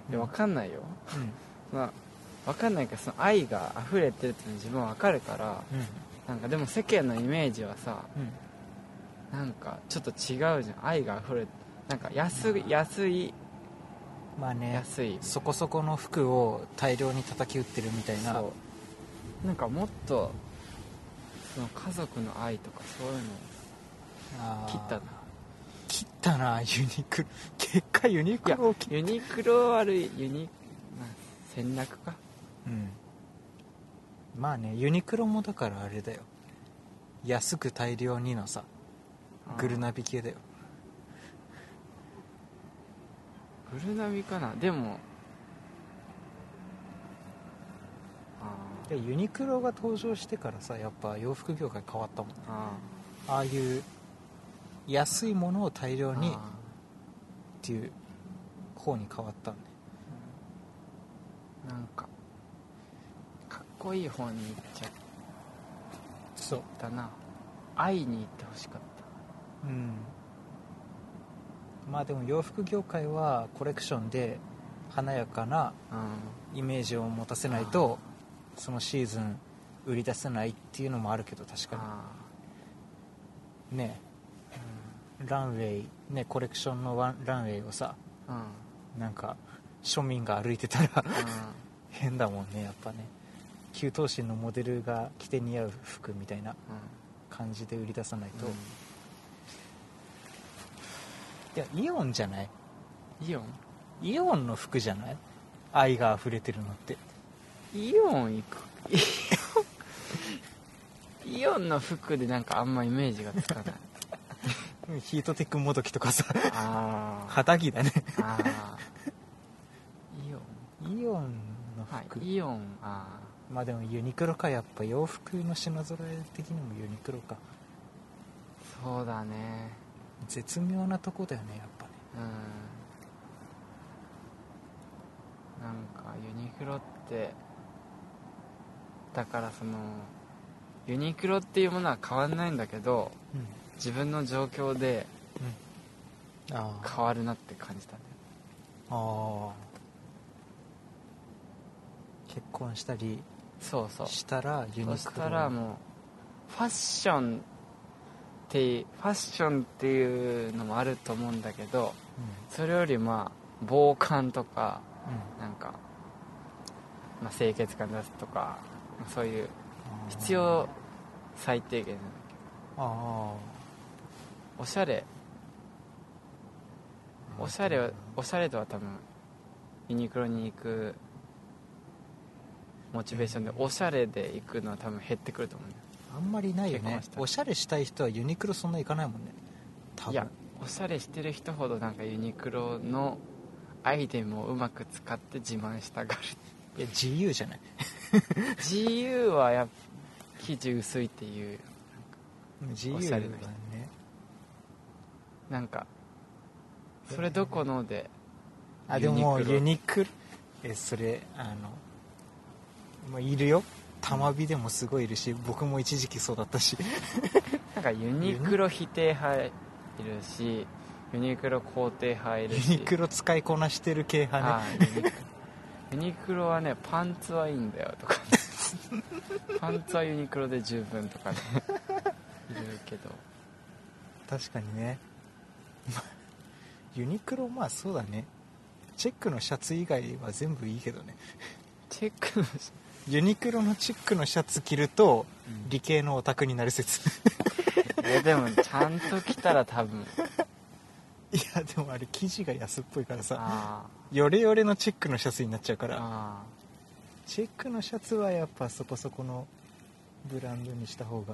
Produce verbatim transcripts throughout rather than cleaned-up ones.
で分かんないよ、 うん、 まあ分かんないけどその愛が溢れてるっての自分は分かるから、うん、なんかでも世間のイメージはさ、うん、なんかちょっと違うじゃん。愛が溢れてなんか安い、安いまあね、 安いそこそこの服を大量に叩き売ってるみたいな。 そうなんかもっとその家族の愛とかそういうのを切ったな切ったなユニクロ。結果ユニクロを切った。 ユニクロ悪いユニ、まあ、戦略か。 うんまあね、ユニクロもだからあれだよ、安く大量にのさグルナビ系だよ。 グルナビかな。でもあユニクロが登場してからさやっぱ洋服業界変わったもんね。あああいう安いものを大量にっていう方に変わったんで、 なんかかっこいい方に行っちゃっそうだな。愛に行ってほしかった。 うんまあでも洋服業界はコレクションで華やかなイメージを持たせないとそのシーズン売り出せないっていうのもあるけど、確かにねえ、うん、ランウェイねコレクションのワンランウェイをさ、うん、なんか庶民が歩いてたら変だもんねやっぱね。給湯神のモデルが着て似合う服みたいな感じで売り出さないと、うんいやイオンじゃない？ イオン？ イオンの服じゃない？愛が溢れてるのって。 イオン行くイオンの服でなんかあんまイメージがつかないヒートテックもどきとかさあ肌着だねあイオンイオンの服、 はい、イオンあまあでもユニクロか。やっぱ洋服の品揃え的にもユニクロか。 そうだね。 絶妙なとこだよねやっぱね。 うんなんかユニクロってだからそのユニクロっていうものは変わんないんだけど、うん、自分の状況で変わるなって感じたね。 ああ結婚したりそうそうしたらユニクロそしたらもうファッションってファッションっていうのもあると思うんだけど、うん、それよりまあ防寒とか、うん、なんか、まあ、清潔感出すとかそういう必要最低限なんだけど、あおしゃれおしゃれおしゃれとは多分ユニクロに行くモチベーションでおしゃれで行くのは多分減ってくると思うんだよ。 あんまりないよね。おしゃれしたい人はユニクロそんな行かないもんね多分。 いやおしゃれしてる人ほどなんかユニクロのアイテムをうまく使って自慢したがる。 いや自由じゃない自由はやっぱ生地薄いっていう自由だね。 なんかそれどこのであでもユニクロえそれあのまあ、いるよ。玉美でもすごいいるし僕も一時期そうだったしなんかユニクロ否定派いるしユニクロ肯定派いるしユニクロ使いこなしてる系派ね。あユニクユニクロはねパンツはいいんだよとか、ね、パンツはユニクロで十分とかねいるけど確かにねユニクロまあそうだね。チェックのシャツ以外は全部いいけどね。 チェックのユニクロのチェックのシャツ着ると、うん、理系のオタクになる説えでもちゃんと着たら多分いやでもあれ生地が安っぽいからさヨレヨレのチェックのシャツになっちゃうからチェックのシャツはやっぱそこそこのブランドにした方が。ユ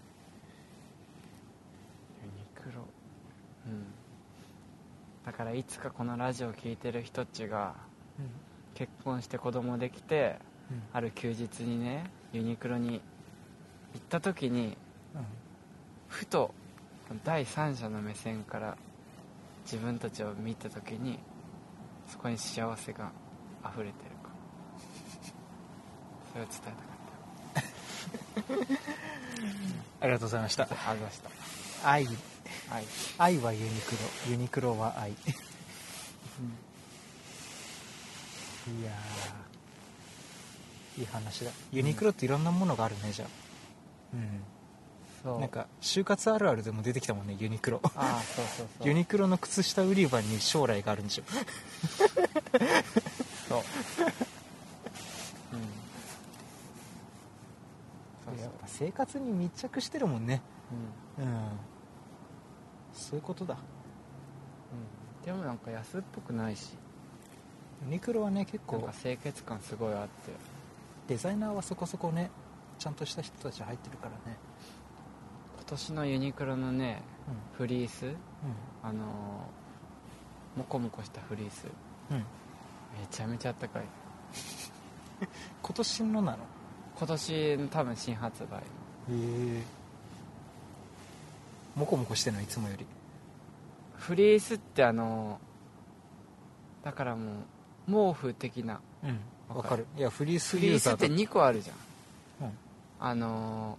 ニクロうんだからいつかこのラジオを聞いてる人っちが、うん結婚して子供できて、うん、ある休日にねユニクロに行った時に、うん、ふと第三者の目線から自分たちを見た時にそこに幸せが溢れてるかそれを伝えたかったありがとうございました。 ありがとうございました愛愛愛はユニクロユニクロは愛、うんいやーいい話だ。ユニクロっていろんなものがあるね、じゃあ。うんそうなんか就活あるあるでも出てきたもんね、ユニクロ。 ああそうそうそうユニクロの靴下売り場に将来があるんでしょ。 そう、うん、そうやっぱ生活に密着してるもんね。 うん、 うんそういうことだ。 うん、でもなんか安っぽくないし、 ユニクロはね結構なんか清潔感すごいあって、 デザイナーはそこそこねちゃんとした人たち入ってるからね。 今年のユニクロのねうフリース、 んあのー、モコモコしたフリースうんうんめちゃめちゃあったかい。 今年のなの？ 今年の多分新発売。 へえモコモコしてんのいつもより。 フリースってあのー、だからもう毛布的な、 うんわかるわかる。いやフリースフリースってユーザーだにこあるじゃん。 うんあの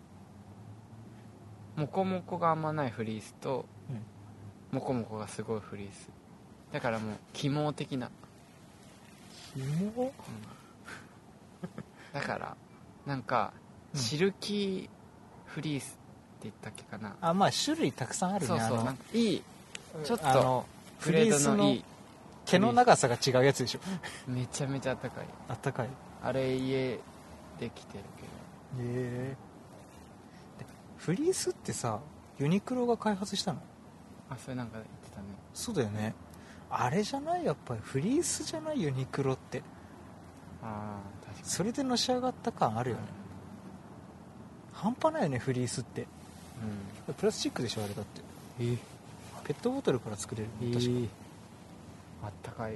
ー、モコモコがあんまないフリースとうんモコモコがすごいフリースだからもう起毛的な、 紐うん、だからなんかうんシルキーフリースって言ったっけかな、 あまあ種類たくさんあるね。 そうそうあのなんかいいちょっとあのグレードのいい毛の長さが違うやつでしょ。 めちゃめちゃあったかい。 あったかい。へあれ家できてるえフリースってさユニクロが開発したの？ けど、あそれなんか言ってたね。 そうだよね。あれじゃないやっぱりフリースじゃないユニクロって。 ああ確かにそれでのし上がった感あるよね。半端ないよねフリースって。 うん、 プラスチックでしょあれだって。 うん、えペットボトルから作れるえの確か、 ー、あったかいね、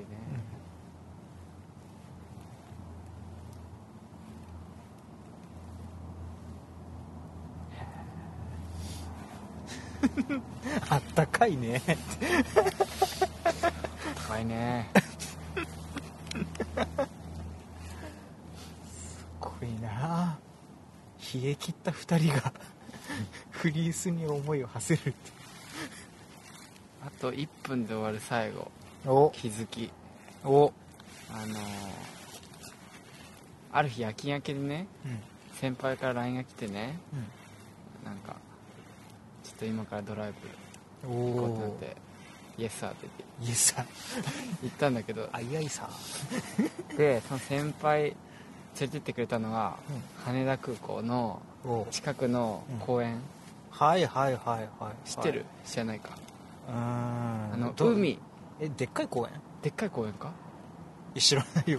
うん、あったかいね高いねすごいな。冷え切ったふたりがフリースに思いを馳せるって。 あといっぷんで終わる最後お気づき。 おあのー、ある日夜勤明けでねうん先輩から ライン が来てね、 うんなんかちょっと今からドライブお行こうってなっおてイエスサーっていやさ言ったんだけど、 あいやいさでその先輩連れてってくれたのは、 う羽田空港のお近くの公園、 はいはいはいはい知ってる、知らないか。 うーんあのど海えでっかい公園？ でっかい公園かえ知らないよ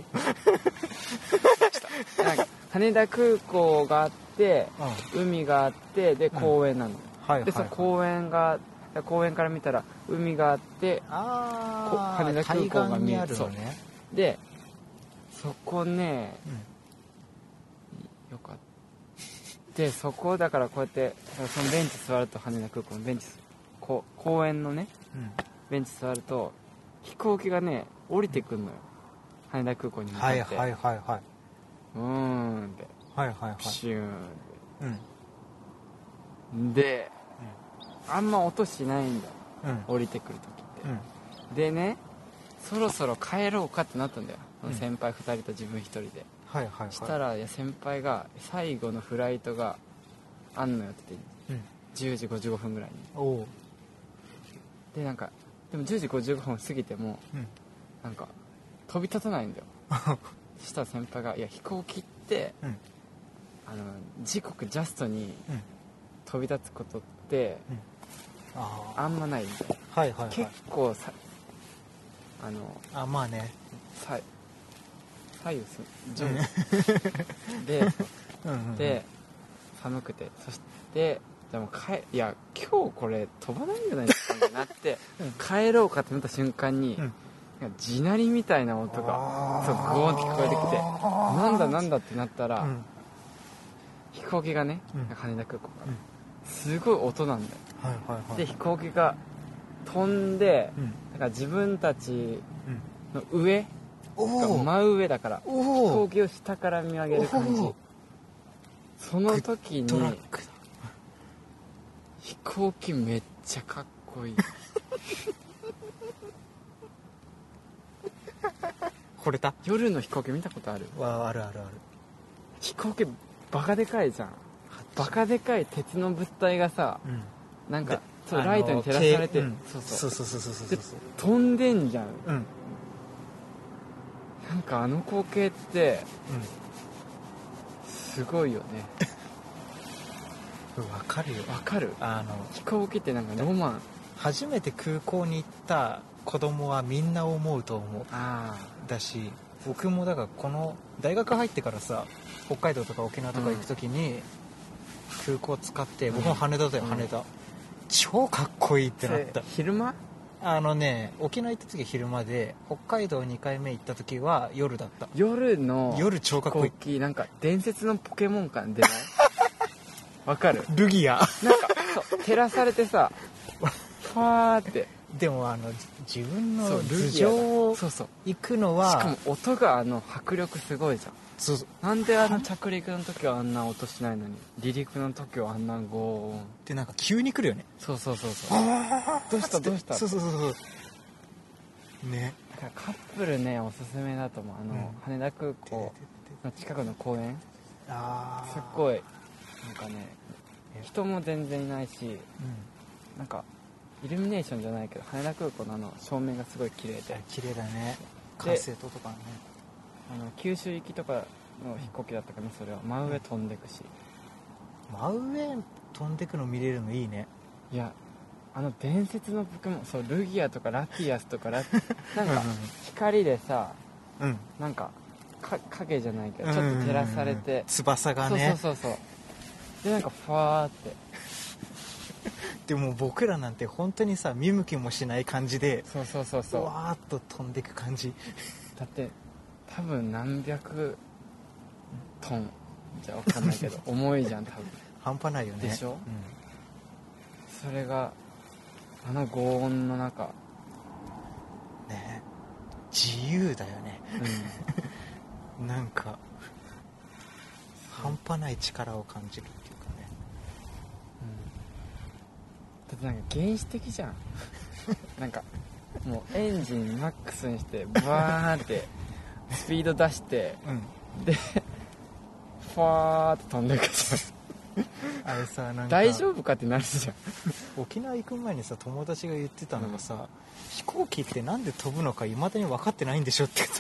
なんか羽田空港があってうん海があってで公園なの、 はいはい、 でその公園が公園から見たら海があってあこあ羽田空港が見える対岸にあるのね。 でそこねうんよかったでそこだからこうやってそのベンチ座ると羽田空港のベンチこ公園のねうんベンチ座ると飛行機がね降りてくんのよ、羽田空港に向かって、 はいはいはいはいうーんってはいはいはいプシューンっうんてで、あんま音しないんだようん降りてくる時って、 うんでねそろそろ帰ろうかってなったんだよ、 うん先輩ふたりと自分ひとりで、 はいはいはいしたらいや先輩が最後のフライトがあんのよって言ってうんじゅうじごじゅうごふんぐらいにおおでなんかでもじゅうじごじゅうごふん過ぎてもうんなんか飛び立たないんだよそしたら先輩がいや飛行機ってうんあの時刻ジャストにうん飛び立つことってあああんまないんだよ、 はいはいはい結構さあのあまあねさ左右す上下でうんうんうんで寒くてそしてでも帰いや今日これ飛ばないんじゃないですかってなって、 うん帰ろうかってなった瞬間に、 うんなんか地鳴りみたいな音がそうゴーンって聞こえてきてなんだなんだってなったら、 うん飛行機がね、 うん羽田空港から、 うんすごい音なんだよはいはいはいで飛行機が飛んで、 うんだから自分たちうんの上がおお真上だから飛おお行機を下から見上げる感じおーその時にトラックだ飛行機めっちゃかっこいい惚れた。 夜の飛行機見たことある？ わあるあるある。 飛行機バカでかいじゃん。バカでかい鉄の物体がさ、うん、なんかそうライトに照らされて、うん、そうそうそうそうそうそうそう飛んでんじゃん、うん、なんかあの光景って、うん、すごいよね。 わかるよ。 わかる。あの飛行機ってなんかロマン。 初めて空港に行った子供はみんな思うと思う。あだし僕もだからこの大学入ってからさ北海道とか沖縄とか行くときに空港使って、うん、僕も羽田だよ、うん、羽田超かっこいいってなった。 昼間？ あのね沖縄行った時は昼間で北海道にかいめ行った時は夜だった。 夜の夜超かっこいい。 なんか伝説のポケモン感出ない？わかる？ ルギア。 なんかそう照らされてさファーってでもあの自分の頭上を行くのはしかも音があの迫力すごいじゃん。 そうそうなんであの着陸の時はあんな音しないのに離陸の時はあんなゴーンでなんか急に来るよね。 そうそうそうそうどうしたどうしたそうそうそうそうね。 だからカップルねおすすめだと思う。あの、うん、羽田空港の近くの公園あすっごいなんかね人も全然いないし、うん、なんかイルミネーションじゃないけど羽田空港のあの照明がすごい綺麗で綺麗だね。管制塔とかねあの九州行きとかの飛行機だったかねそれは真上飛んでくし、 うん、真上飛んでくの見れるのいいね。 いやあの伝説のポケモンそうルギアとかラティアスとかラなんか光でさ、うん、なんかか影じゃないけどちょっと照らされて、うんうんうん、 翼がねそうそうそうそうでなんかファーってでも僕らなんて本当にさ見向きもしない感じでそうそうそうそうわーっと飛んでいく感じだって多分何百トンじゃ分かんないけど重いじゃん多分半端ないよねでしょ、うん、それがあの轟音の中ね自由だよね、うん、なんか半端ない力を感じるっていうかね、 うん、だってなんか原始的じゃんなんかもうエンジンマックスにしてバーンってスピード出して、うん、でファーって飛んでいくじゃんあれさなんか大丈夫かってなるじゃん沖縄行く前にさ友達が言ってたのがさ、うん、飛行機ってなんで飛ぶのかいまだに分かってないんでしょってさ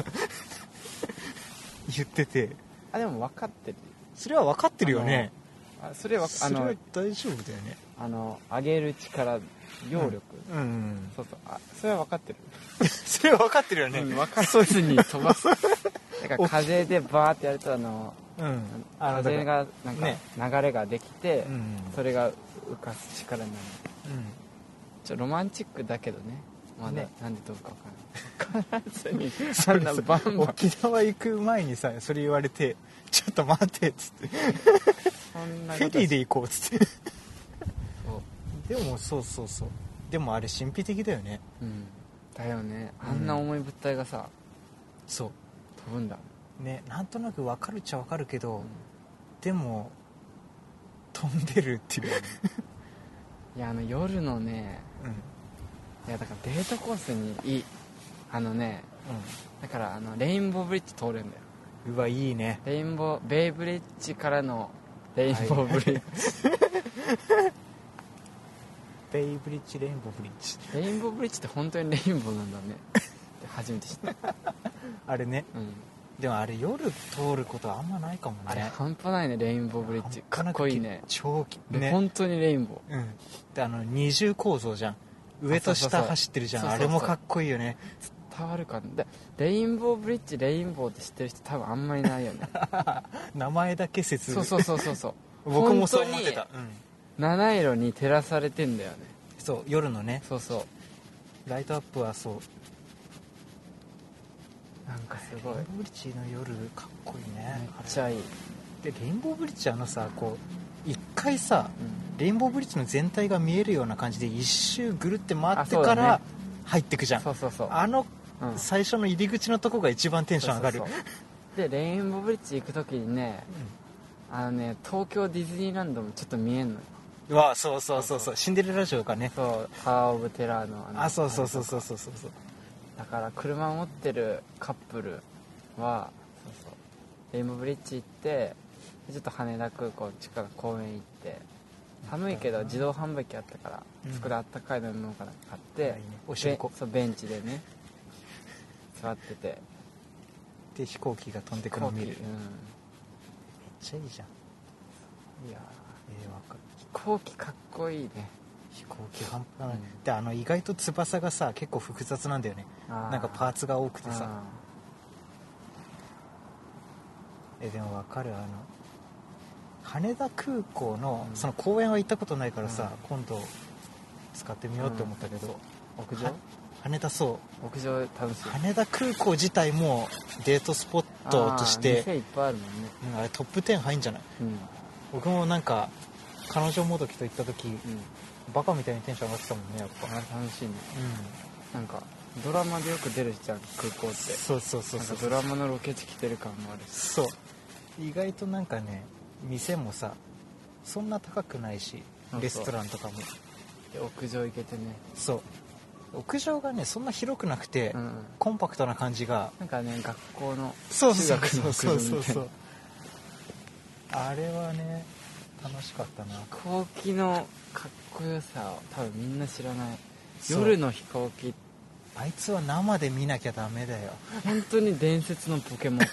言っててあでも分かってるそれは分かってるよね。 あそれはあのそれは大丈夫だよね。 あの上げる力揚力、うんうんうん、そうそうあそれは分かってるそれは分かってるよね、 うん、分からずに飛ばすだから風でバーってやるとあの、うん、風がなんか流れができて、ね、それが浮かす力になる、うん、ちょロマンチックだけどねまだ、ね、なんで飛ぶか分からない分からずにそんなバンバン沖縄行く前にさそれ言われてちょっと待ってっつってそんなフェリーで行こうっつってでもそうそうそうでもあれ神秘的だよね、 うん、だよねあんな重い物体がさ、うん、 そう飛ぶんだねなんとなく分かるっちゃ分かるけど、うん、でも飛んでるっていういやあの夜のね、うん、いやだからデートコースにいいあのね、うん、だからあのレインボーブリッジ通るんだよ。 うわいいね。 レインボーベイブリッジからのレインボーブリッジ、はい、 ベイブリッジレインボーブリッジレインボーブリッジって本当にレインボーなんだねって初めて知ったあれね、うん、でもあれ夜通ることはあんまないかもね。 あれ半端ないねレインボーブリッジかっこいいね超ね本当にレインボー、 うん、であの二重構造じゃん上と下走ってるじゃん あ, そうそうそうあれもかっこいいよね。 伝わるかでレインボーブリッジレインボーって知ってる人多分あんまりないよね名前だけ説そうそうそうそうそう僕もそう思ってた、うん、 七色に照らされてんだよね。 そう夜のねそうそうライトアップはそうなんかすごいレインボーブリッジの夜かっこいいね。 めっちゃいい。 でレインボーブリッジあのさこう一回さ、うん、レインボーブリッジの全体が見えるような感じで一周ぐるって回ってから入ってくじゃん。 そうそうそう。 あの、うん、最初の入り口のとこが一番テンション上がる。そうそうそうでレインボーブリッジ行く時にね、うん、あのね東京ディズニーランドもちょっと見えんのよ。 うわそうそうそうそうシンデレラ城かね。 そうタワーオブテラーのあのあそうそうそうそうそうそうだから車持ってるカップルはそうそうレインボーブリッジ行ってちょっと羽田空港近く公園行って寒いけど自動販売機あったから、うん、そこであったかい飲み物から買って、いいね、おしっこそうベンチでね座っててで飛行機が飛んでくるのを見る、うん、めっちゃいいじゃん。いやえー、わかる。 飛行機かっこいいね。 飛行機半端ない、うん、であの意外と翼がさ結構複雑なんだよね。なんかパーツが多くてさえでもわかる。あの羽田空港の、うん、その公園は行ったことないからさ、うん、今度使ってみようって思ったけど、 うん、屋上羽田そう屋上楽しい。 羽田空港自体もデートスポットとして店いっぱいあるもんね、 うん、あれトップじゅう入んじゃない、うん、僕もなんか彼女もどきと行った時、うん、バカみたいにテンション上がってたもんね。やっぱ楽しいね、うん、なんかドラマでよく出るじゃん空港って。 そうそうそうそう、 ドラマのロケ地来てる感もあるし。 そう意外となんかね店もさそんな高くないし、レストランとかもで屋上行けてね。 そう屋上がねそんな広くなくて、うんうん、コンパクトな感じがなんかね学校の中学の屋上みたいな。そうそうそうあれはね楽しかったな。 飛行機のかっこよさを多分みんな知らない。夜の飛行機あいつは生で見なきゃダメだよ。 本当に伝説のポケモン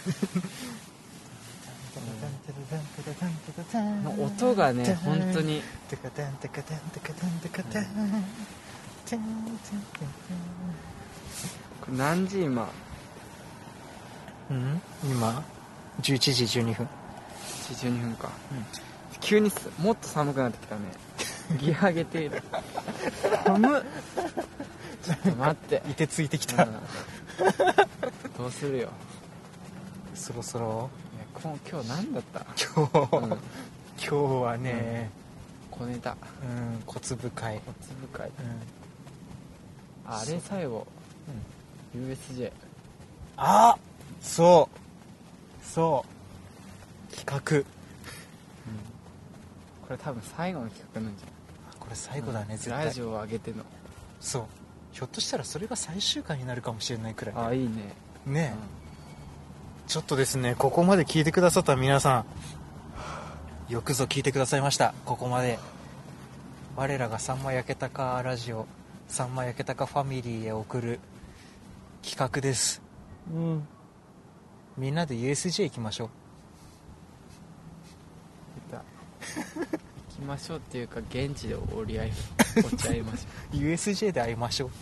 もう音がね本当にこれ何時今？ うん今じゅういちじじゅうにふん。 じゅういちじじゅうにふんか、うん、急にもっと寒くなってきたね。ギア上げている。寒っ。ちょっと待って凍てついてきた、うん、 どうするよそろそろ。 いや今日何だった？ 今日、うん、今日はね、 うん、小ネタ、 うん、小粒会小粒会、うん、あれ最後、うん、ユーエスジェー。 あそうそう企画、うん、 これ多分最後の企画なんじゃない？ これ最後だね、うん、絶対ラジオを上げての。 そうひょっとしたらそれが最終回になるかもしれないくらい。 あいいねねえ、うん、ちょっとですねここまで聞いてくださった皆さんよくぞ聞いてくださいました。ここまで我らがさんま焼けたかラジオさんま焼けたかファミリーへ送る企画です、うん、みんなで ユーエスジェー 行きましょう。 出た行きましょうっていうか現地で折り合い落ち合いましょうユーエスジェー で会いましょう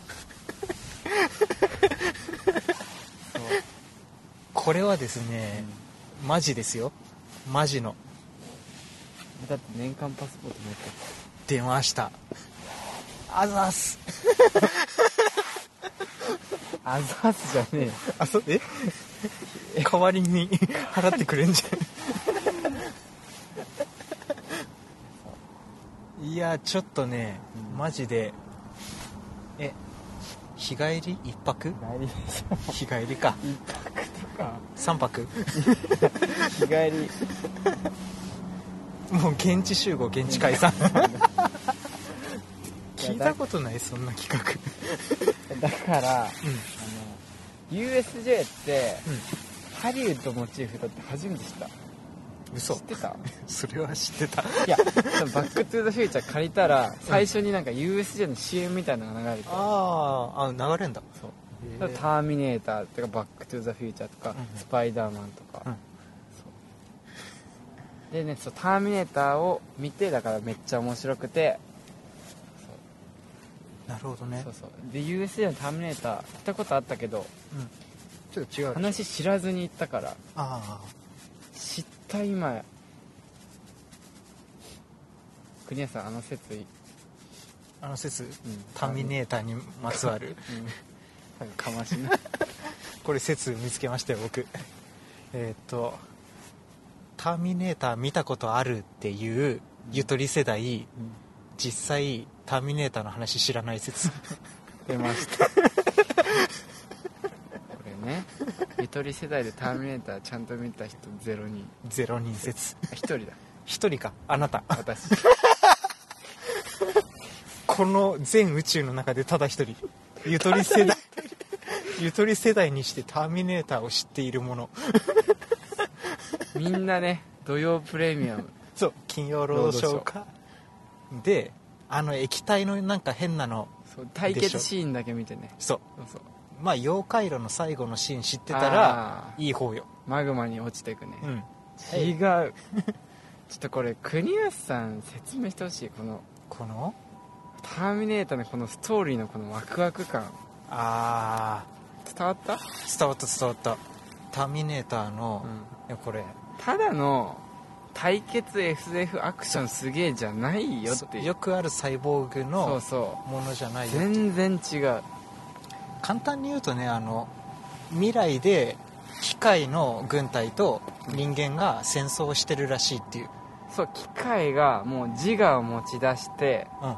そうこれはですね、うん、マジですよマジの。 だって年間パスポート持って出ましたあざーすあざーすじゃねえあそえ代わりに払ってくれんじゃんいやちょっとね、うん、マジでえ日帰り一泊日帰りか一泊とか三泊日帰りもう現地集合現地解散聞いたことないそんな企画だから、うん、あの ユーエスジェー って、うん、ハリウッドモチーフだって初めて知った。 嘘知ってた？ それは知ってた。 いやバックトゥーザフューチャー借りたら最初になんか ユーエスジェー の シーエム みたいなのが流れて、うん、 ああ流れんだ。 そうターミネーターとかバックトゥーザフューチャーとか、うん、スパイダーマンとか、うん、そうでねそうターミネーターを見てだからめっちゃ面白くて。 なるほどね。 そうそうで ユーエスジェー のターミネーター行ったことあったけど、 うん、ちょっと違う話知らずに行ったから。 あ知った今国谷さんあの説あの説、うん、ターミネーターにまつわる、 うん、かましなこれ説見つけましたよ僕えっとターミネーター見たことあるっていうゆとり世代、うん、実際ターミネーターの話知らない説出ましたこれねゆとり世代でターミネーターちゃんと見た人ゼロにんゼロにん説ひとりだひとりかあなた私この全宇宙の中でただ一人ゆとり世代ゆとり世代にしてターミネーターを知っているものみんなね土曜プレミアムそう金曜ロードショーかであの液体のなんか変なのそう対決シーンだけ見てねそうそうそうまあ妖怪路の最後のシーン知ってたらいい方よマグマに落ちていくね、 うん、 違うちょっとこれ国安さん説明してほしいこのこのターミネーターのこのストーリーのこのワクワク感あー伝わった？ 伝わった伝わったターミネーターの、うん、いやこれただの対決 エスエフ アクションすげえじゃないよっていうよくあるサイボーグのそうそうものじゃないよ全然違う簡単に言うとねあの未来で機械の軍隊と人間が戦争をしてるらしいっていうそう機械がもう自我を持ち出して、 うんうん、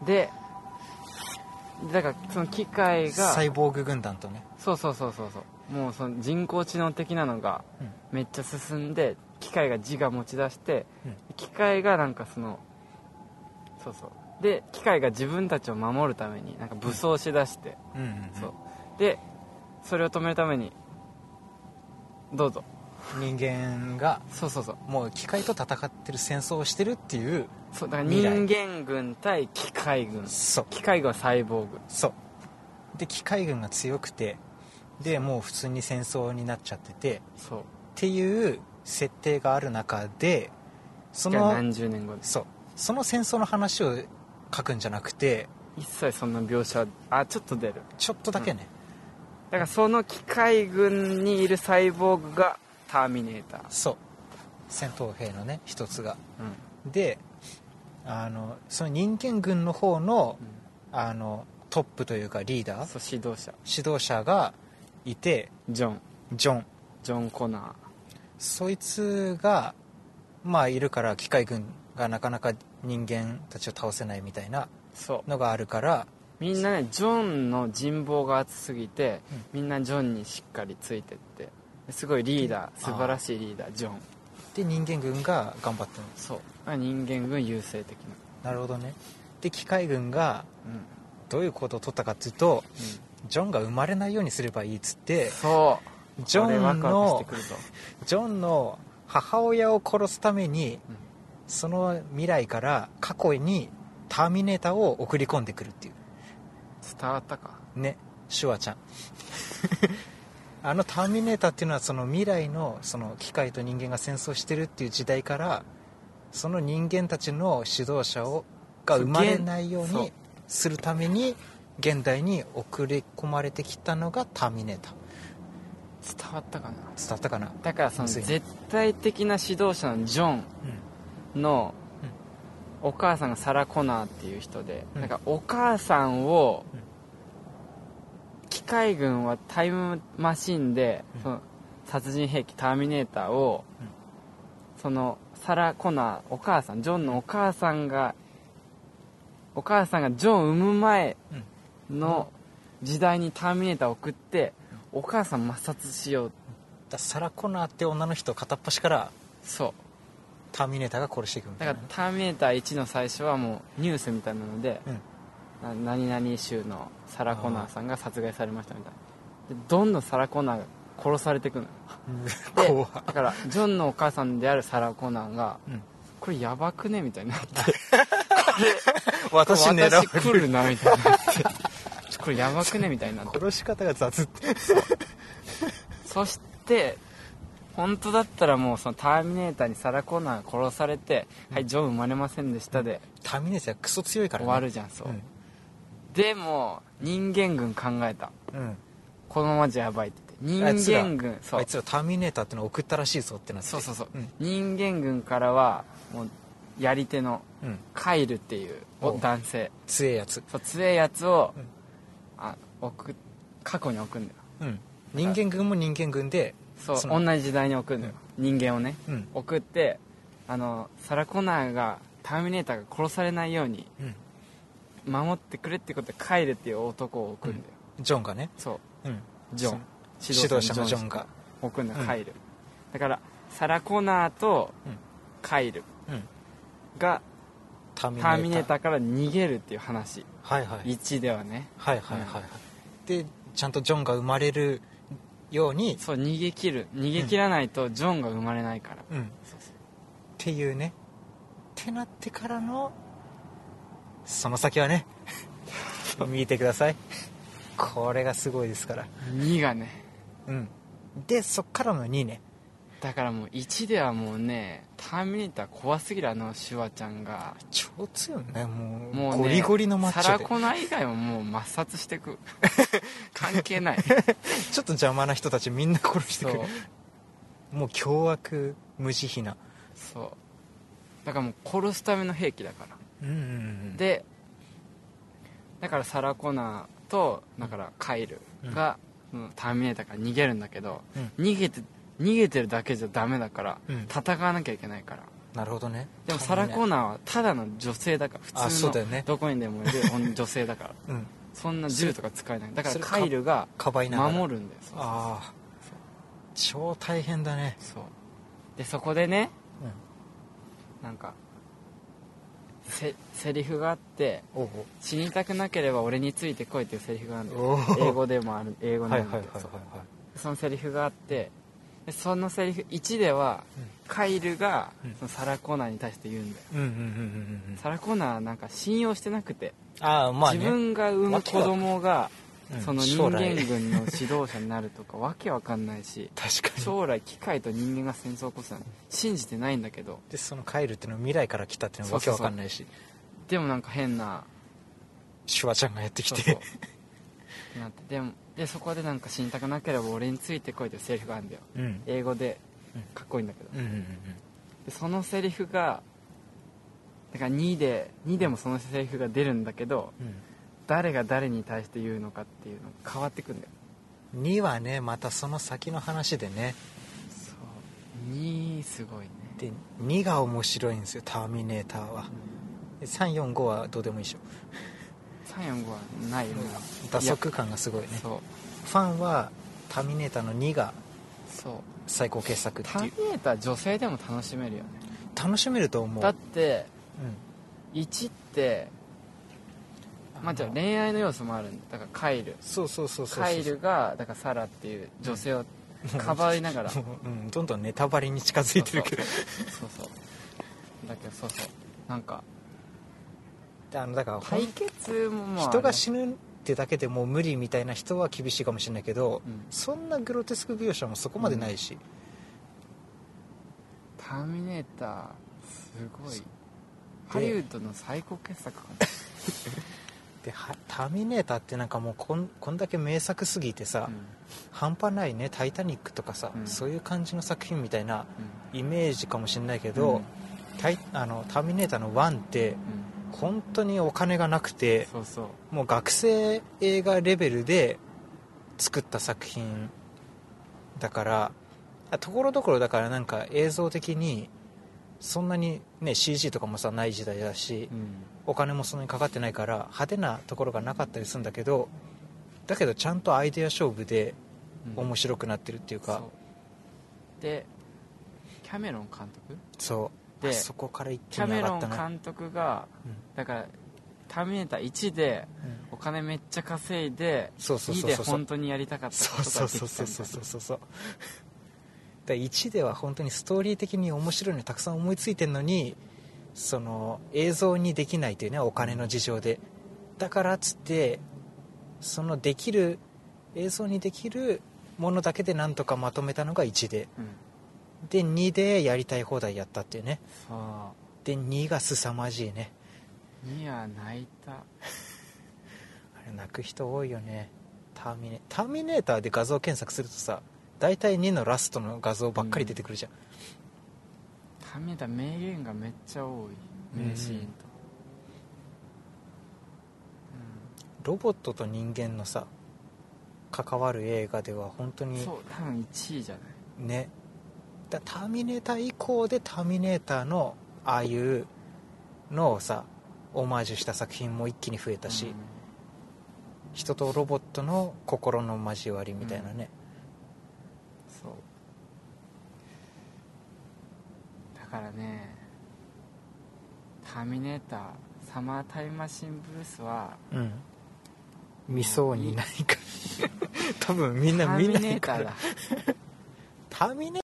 でだからその機械がサイボーグ軍団とねそうそうそうそうそうもうその人工知能的なのがめっちゃ進んで機械が自我持ち出して、うん、機械がなんかそのそうそうで機械が自分たちを守るためになんか武装しだして、うんうんうんうん、そうでそれを止めるためにどうぞ人間がそうそうそうもう機械と戦ってる戦争をしてるっていうそうだから人間軍対機械軍そう機械軍はサイボーグそうで機械軍が強くてでもう普通に戦争になっちゃっててそうっていう設定がある中でその何十年後でそうその戦争の話を書くんじゃなくて一切そんな描写あちょっと出るちょっとだけね、 うん、だからその機械軍にいるサイボーグがターミネーターそう戦闘兵のね一つが、うん、であのその人間軍の方の、うん、あのトップというかリーダーそう指導者指導者がいてジョンジョンジョン・コナーそいつがまあいるから機械軍がなかなか人間たちを倒せないみたいなのがあるからみんなねジョンの人望が厚すぎて、うん、みんなジョンにしっかりついてってすごいリーダー素晴らしいリーダージョンで人間軍が頑張ってるそう人間軍優勢的ななるほどねで機械軍がどういう行動を取ったかっていうと、うん、ジョンが生まれないようにすればいいっつってそうジョンワクワのクしてくるとジョンの母親を殺すために、うん、その未来から過去にターミネーターを送り込んでくるっていう伝わったかねシュワちゃんあのターミネーターっていうのはその未来のその機械と人間が戦争してるっていう時代からその人間たちの指導者をが生まれないようにするために現代に送り込まれてきたのがターミネーター伝わったかな伝わったかなだからその絶対的な指導者のジョンのお母さんがサラ・コナーっていう人で、うん、なんかお母さんを、うん機械軍はタイムマシンで、うん、その殺人兵器ターミネーターを、うん、そのサラ・コナーお母さんジョンのお母さんがお母さんがジョンを産む前の時代にターミネーターを送って、うん、お母さん抹殺しようだサラ・コナーって女の人を片っ端からそうターミネーターが殺していくみたいなだからターミネーターいちの最初はもうニュースみたいなので、うん何々州のサラ・コナーさんが殺害されましたみたいなでどんどんサラ・コナーが殺されていくのでだからジョンのお母さんであるサラ・コナーが、うん、これやばくねみたいになってこれ私狙う私来るなみたいになってこれやばくねみたいになって殺し方が雑ってそして本当だったらもうそのターミネーターにサラ・コナーが殺されて、うん、はいジョン生まれませんでしたで、 うん、ターミネータークソ強いからね終わるじゃんそう、うんでも人間軍考えた、うん、このままじゃやばいって言って人間軍そうあいつらターミネーターってのを送ったらしいぞってなってそうそうそう、うん、人間軍からはもうやり手のカイルっていう男性強えやつそう強えやつを、うん、あ送過去に置くんだよ、 うん、人間軍も人間軍でそう同じ時代に置くんだよ、うん、人間をね、うん、送ってあのサラ・コナーがターミネーターが殺されないように、うん守ってくれってことでカイルっていう男を置くんだよ、 うん、ジョンがねそう、うん、ジョン指導者のジョンが置くんだよ、うん、カイルだからサラ・コナーとカイルが、うん、ターミネーターから逃げるっていう話、 はいはい、 いちではねはいはいはい、はい、でちゃんとジョンが生まれるように、 そう逃げ切る逃げ切らないとジョンが生まれないから、 うん、 そうそうっていうねってなってからのその先はね見てください。これがすごいですから。 にがね、 うん、でそっからのにね。 だからもういちではもうねターミネーター怖すぎる。あのシュワちゃんが超強いね。もうもうねゴリゴリのマッチョでサラコナ以外はもう抹殺してく関係ないちょっと邪魔な人たちみんな殺してくる。もう凶悪無慈悲な。 そうだからもう殺すための兵器だから、 うんうんうん、 でだからサラコナーとだからカイルが、うん、ターミネーターから逃げるんだけど、うん、逃げて逃げてるだけじゃダメだから、うん、戦わなきゃいけないから。 なるほどね。 でもサラコナーはただの女性だから普通のどこにでもいる女性だから、うん、そんな銃とか使えない。だからカイルが守るんだよ。そうそうそう。 ああ超大変だね。 そうでそこでね、うん、なんかせセリフがあって、おうおう死にたくなければ俺についてこいっていうセリフがあるんだよ。英語でもある。英語なんだけど、そのセリフがあって、でそのセリフいちでは、うん、カイルが、うん、そのサラコナーに対して言うんだよ、うんうんうんうんうん、サラコナーなんか信用してなくて、 あ、まあね、 自分が産む子供がその人間軍の指導者になるとかわけわかんないし、 確かに将来機械と人間が戦争を起こすなんて信じてないんだけど、 でそのカイルっていうのは未来から来たっていうのはわけわかんないし、そうそうそう、 でもなんか変なシュワちゃんがやってきて、 そうそうなって、でもでそこでなんか死にたくなければ俺についてこいっていうセリフがあるんだよ、うん、英語でかっこいいんだけど、うんうんうんうん、でそのセリフがだからにでにでもそのセリフが出るんだけど、うん、誰が誰に対して言うのかっていうのが変わってくんだよ。にはねまたその先の話でね。 そうにすごいね。 でにが面白いんですよターミネーターは、うん、さんよんごはどうでもいいでしょ。 さんよんごはないよね。 打足感がすごいね。そうファンはターミネーターのにが最高傑作っていう。 ターミネーター女性でも楽しめるよね。 楽しめると思う。 だって、うん、いちってまあ、じゃあ恋愛の要素もあるんだ。だからカイルそうそうそうそうカイルがだからサラっていう女性をかばいながら、 うん、どんどんネタバレに近づいてるけどそうそうだけどそうそうなんかあのだから対決もまあ人が死ぬってだけでもう無理みたいな人は厳しいかもしれないけど、うん、そんなグロテスク描写もそこまでないし、うん、 ターミネーターすごいハリウッドの最高傑作かなでターミネーターってなんかもうこん、こんだけ名作すぎてさ、うん、半端ないね。タイタニックとかさ、うん、そういう感じの作品みたいなイメージかもしれないけど、うん、タイあのターミネーターのワンって、うん、本当にお金がなくて、そうそうもう学生映画レベルで作った作品だからところどころだからなんか映像的にそんなにね シージー とかもさない時代だし、うん、お金もそんなにかかってないから派手なところがなかったりするんだけど、だけどちゃんとアイデア勝負で面白くなってるっていうか、うん、そうでキャメロン監督そうでそこから一気に上がったね。キャメロン監督が、うん、だからターミネーターいちでお金めっちゃ稼いで、うん、にで本当にやりたかったことができたんだ。そうそうそうそうそういちでは本当にストーリー的に面白いのたくさん思いついてるのにその映像にできないというねお金の事情で、だからっつってそのできる映像にできるものだけでなんとかまとめたのがいちで、うん、でにでやりたい放題やったっていうね。でにが凄まじいね。 には泣いたあれ泣く人多いよね。ターミネ、ターミネーターで画像検索するとさ大体にのラストの画像ばっかり出てくるじゃん、うん、 ターミネーター名言がめっちゃ多い。名シーンと、うん、 ロボットと人間のさ関わる映画では本当にそう多分いちいじゃないね。だターミネーター以降でターミネーターのああいうのをさオマージュした作品も一気に増えたし、うん、人とロボットの心の交わりみたいなね、 うん、そうだからねターミネーターサマータイムマシンブルースはうん見そうにないか多分みんな見ないから。 ターミネーターだターミネ